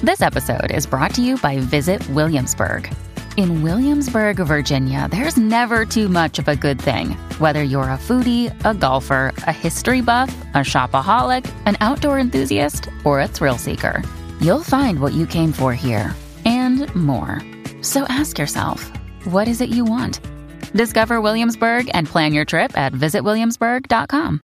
This episode is brought to you by Visit Williamsburg. In Williamsburg, Virginia, there's never too much of a good thing. Whether you're a foodie, a golfer, a history buff, a shopaholic, an outdoor enthusiast, or a thrill seeker, you'll find what you came for here and more. So ask yourself, what is it you want? Discover Williamsburg and plan your trip at visitwilliamsburg.com.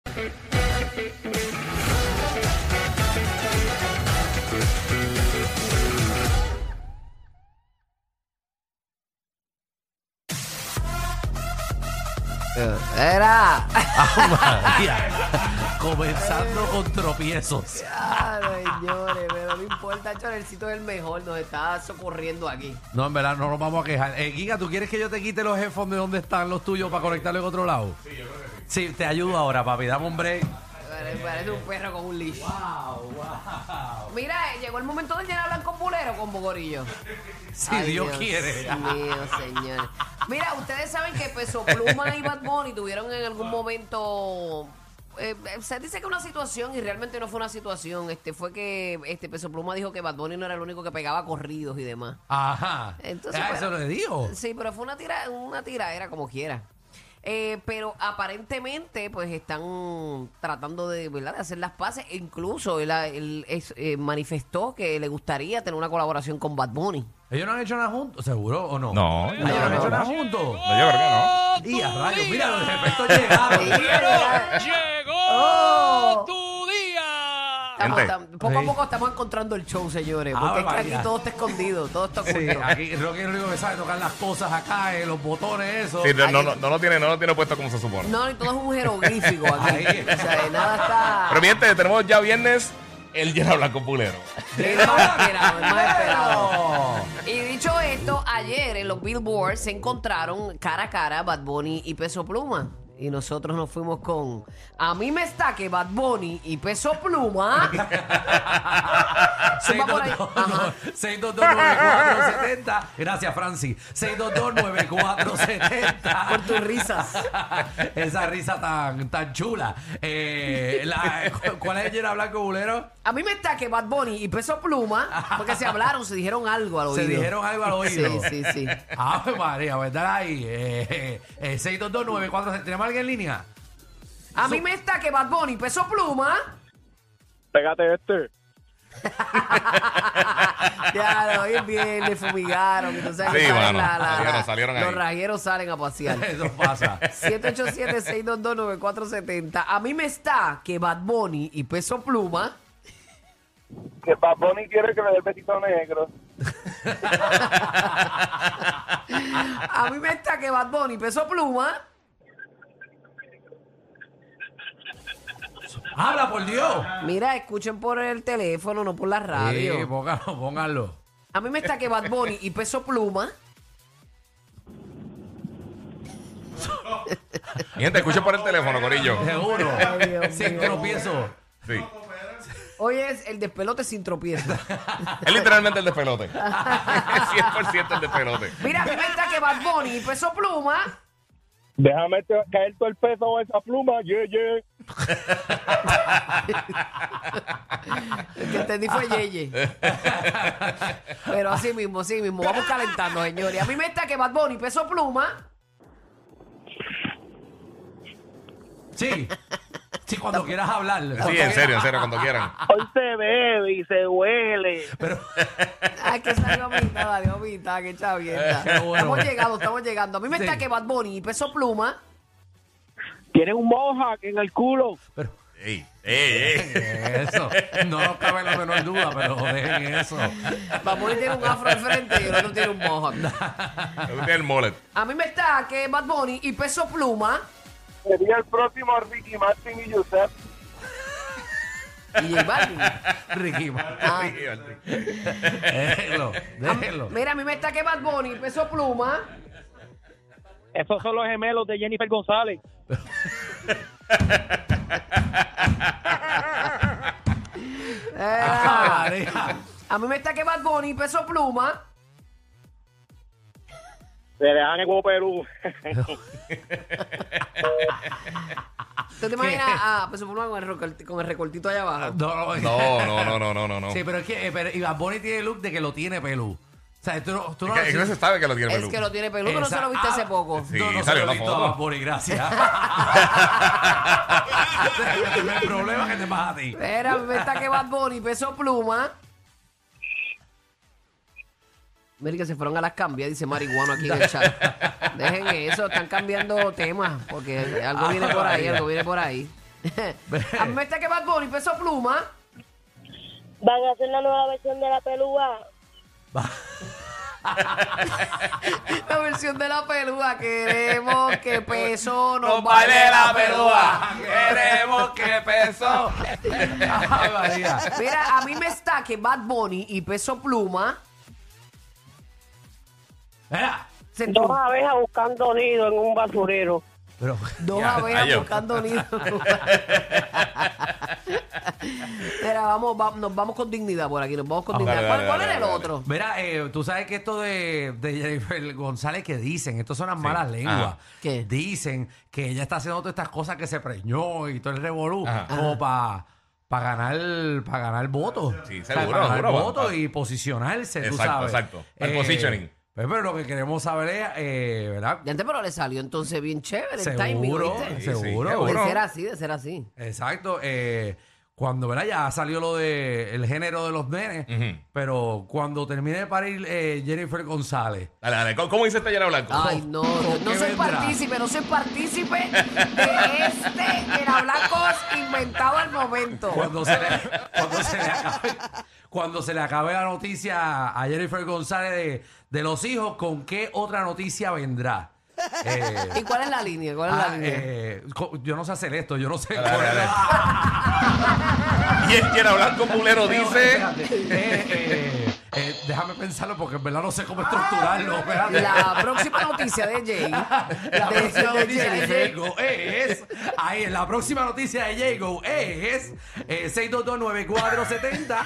Era. María, comenzando con tropiezos. Señores, pero no importa, Chonercito es el mejor, nos está socorriendo aquí. No, en verdad, no nos vamos a quejar. Giga, ¿tú quieres que yo te quite los headphones de donde están los tuyos para conectarlos en otro lado? Sí, yo creo que sí. Sí, te ayudo ahora, papi. Dame un break. Parece un perro con un leash. Wow. Mira, llegó el momento de llenar blanco bulero con Bogorillo. Si Dios quiere. Dios mío, señor. Mira, ustedes saben que Peso Pluma y Bad Bunny tuvieron en algún momento... se dice que una situación, y realmente no fue una situación, fue que Peso Pluma dijo que Bad Bunny no era el único que pegaba corridos y demás. Ajá. Entonces, eso lo dijo. Sí, pero fue una tiradera como quiera. Pero aparentemente pues están tratando de, ¿verdad?, de hacer las paces. Incluso él manifestó que le gustaría tener una colaboración con Bad Bunny. ¿Ellos no han hecho nada juntos? ¿Seguro o no? No. ¿Ellos no han hecho nada juntos? No, yo creo que no. Y a rayos, mira, los efectos llegaron. ¡Llegó tu día! Poco a poco estamos encontrando el show, señores. Porque es que aquí todo está escondido, todo está Sí, oculto. aquí Rocky es el único que sabe tocar las cosas acá, los botones, eso. Sí, no lo tiene puesto como se supone. No, y todo es un jeroglífico aquí. Ahí. O sea, nada está... Pero mi gente, tenemos ya viernes el Llena Blanco Pulero. El más esperado, el más esperado. Y dicho esto, ayer en los Billboards se encontraron cara a cara Bad Bunny y Peso Pluma. Y nosotros nos fuimos con... A mí me está que Bad Bunny y Peso Pluma... Zumba por ahí. Ajá. 6229470. Gracias, Francis. 6229470. Por tus risas. Esa risa tan chula. ¿Cuál es el Llena Blanco Bulero? A mí me está que Bad Bunny y Peso Pluma... Porque se hablaron, se dijeron algo al oído. Se dijeron algo al oído. Sí. Ave María, ¿verdad? Ahí. 6229470. ¿Tenemos alguien en línea? A mí me está que Bad Bunny y Peso Pluma... Pégate este. Ya, hoy es viernes, fumigaron. Entonces, Sí, salen mano, salieron ahí. los rayeros salen a pasear. Eso pasa. 787-622-9470. A mí me está que Bad Bunny y Peso Pluma... Que Bad Bunny quiere que le dé el besito negro. A mí me está que Bad Bunny y Peso Pluma... ¡Habla, por Dios! Mira, escuchen por el teléfono, no por la radio. Sí, póngalo. A mí me está que Bad Bunny y Peso Pluma... Mi gente, escuchen por el teléfono, corillo. Seguro. Ay, Dios Sin mío. tropiezo. Sí. Hoy es el despelote sin tropiezo. Es literalmente el despelote. 100% el despelote. Mira, a mí me está que Bad Bunny y Peso Pluma... Déjame caer todo el peso de esa pluma. Yeah. El que entendí fue Yeye. Pero así mismo. Vamos calentando, señores. A mí me está que Bad Bunny y Peso Pluma... Sí. Sí, cuando quieras hablar. Sí, en serio, cuando quieran. Hoy se bebe y se huele. Pero, Ay, que salió a mitad, que chavienda. Qué bueno. Estamos llegando. A mí me está Sí. que Bad Bunny y Peso Pluma... Tiene un mohawk en el culo. pero Ey. eso. No nos cabe la menor duda, pero dejen eso. Bad Bunny tiene un afro al frente y el otro tiene un mohawk. Tiene el mullet. A mí me está que Bad Bunny y Peso Pluma... Sería el próximo Ricky Martin y Yusef. Y J Balvin. Ricky, Ah. déjelo. Mira, a mí me está que Bad Bunny y Peso Pluma... Esos son los gemelos de Jennifer González. María. A mí me está que Bad Bunny y Peso Pluma... Se dejan en Perú. ¿Tú te imaginas a Peso Pluma con el recortito allá abajo? No. No. Sí, pero es que y Bad Bunny tiene el look de que lo tiene pelú. O sea, tú no Es que se sabe que lo tiene Es pelú. que lo tiene peludo, no se lo viste hace poco. Sí, no se salió lo he la visto a foto. Bad Bunny, gracias. No hay problema que te vas a ti. Espera, está que Bad Bunny, Peso Pluma. Mira que se fueron a las cambias, dice marihuano aquí en el chat. Dejen eso, están cambiando temas, porque algo viene por ahí, algo viene por ahí. A mí me está que Bad Bunny, Peso Pluma. Van a hacer la nueva versión de la pelúa. La versión de la pelúa. Queremos que Peso nos baile la pelúa. Queremos que Peso. Ay, María. Mira, a mí me está que Bad Bunny y Peso Pluma. Mira, Dos abejas buscando nido en un basurero. pero Dos Ya, abejas rayo. buscando nido. Mira, nos vamos con dignidad por aquí, nos vamos con dignidad. dale, ¿Cuál dale, era el dale. otro? mira, tú sabes que esto de Jennifer González que dicen, esto son las malas lenguas. Ajá. ¿Qué? Dicen que ella está haciendo todas estas cosas que se preñó y todo el revolú, Ajá. como para ganar votos. Sí, O sea, seguro, para ganar seguro, votos pa- y posicionarse, tú Exacto, sabes. exacto. El positioning. Pero lo que queremos saber es, ¿verdad? Ya antes, pero le salió entonces bien chévere el timing, Seguro, ¿viste? Sí, seguro. seguro. De ser así. Exacto. Cuando, ¿verdad? Ya salió lo de el género de los nenes, Ujú. pero cuando termine de parir Jennifer González, Dale. ¿Cómo dice esta Yara Blanco? Ay, no qué soy vendrá? partícipe de este Blanco inventado al momento. cuando se le acabe la noticia a Jennifer González de los hijos, ¿con qué otra noticia vendrá? ¿Y cuál es la línea? Yo no sé hacer esto, yo no sé. Dale. Y el Yara Blanco Mulero dice. Espérate, déjame pensarlo porque en verdad no sé cómo estructurarlo. Espérate. La próxima noticia de Jay. La próxima de noticia de Jennifer. Jago es. Ahí, la próxima noticia de Jago es 6229470.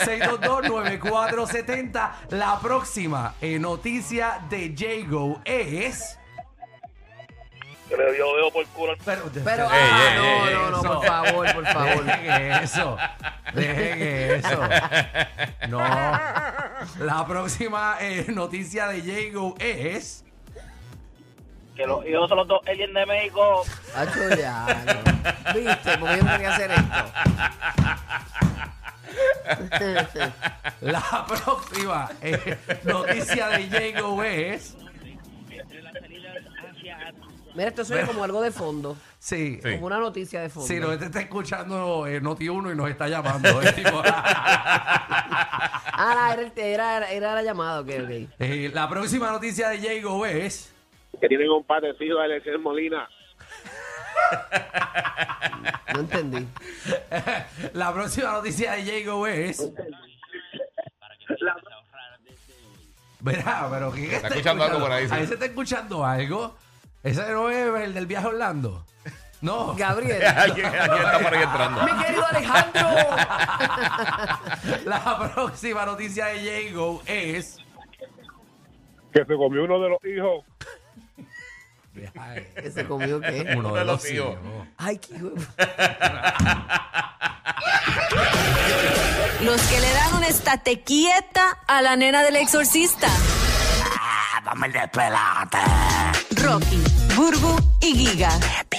6229470. La próxima noticia de Jago es. Que le dio dedo por culo. Pero, Ey, no, por favor. Dejen eso. No. La próxima noticia de Jago es. Que los hijos son los dos aliens de México. Hacho, ya, no. ¿Viste? Porque yo no quería hacer esto. La próxima noticia de Jago es. Mira, esto suena como algo de fondo. Sí. Sí. Como una noticia de fondo. Sí, no, este está escuchando Noti1 y nos está llamando. Era la llamada, ok. La próxima noticia de Jago es. Que tienen un patecillo de Alexis Molina. No entendí. La próxima noticia de Jago es. Verá, pero ¿quién Está escuchando algo por ahí, sí. Ahí se está escuchando algo. Ese no es el del viaje a Orlando. No. Gabriel. Alguien está por ahí entrando. Mi querido Alejandro. La próxima noticia de Jago es. Que se comió uno de los hijos. ¿Que se comió qué? Uno de los hijos. Ay, qué hijo de- Los que le dan una estate quieta a la nena del exorcista. Dame el despelote. Rocky, Burbu y Giga.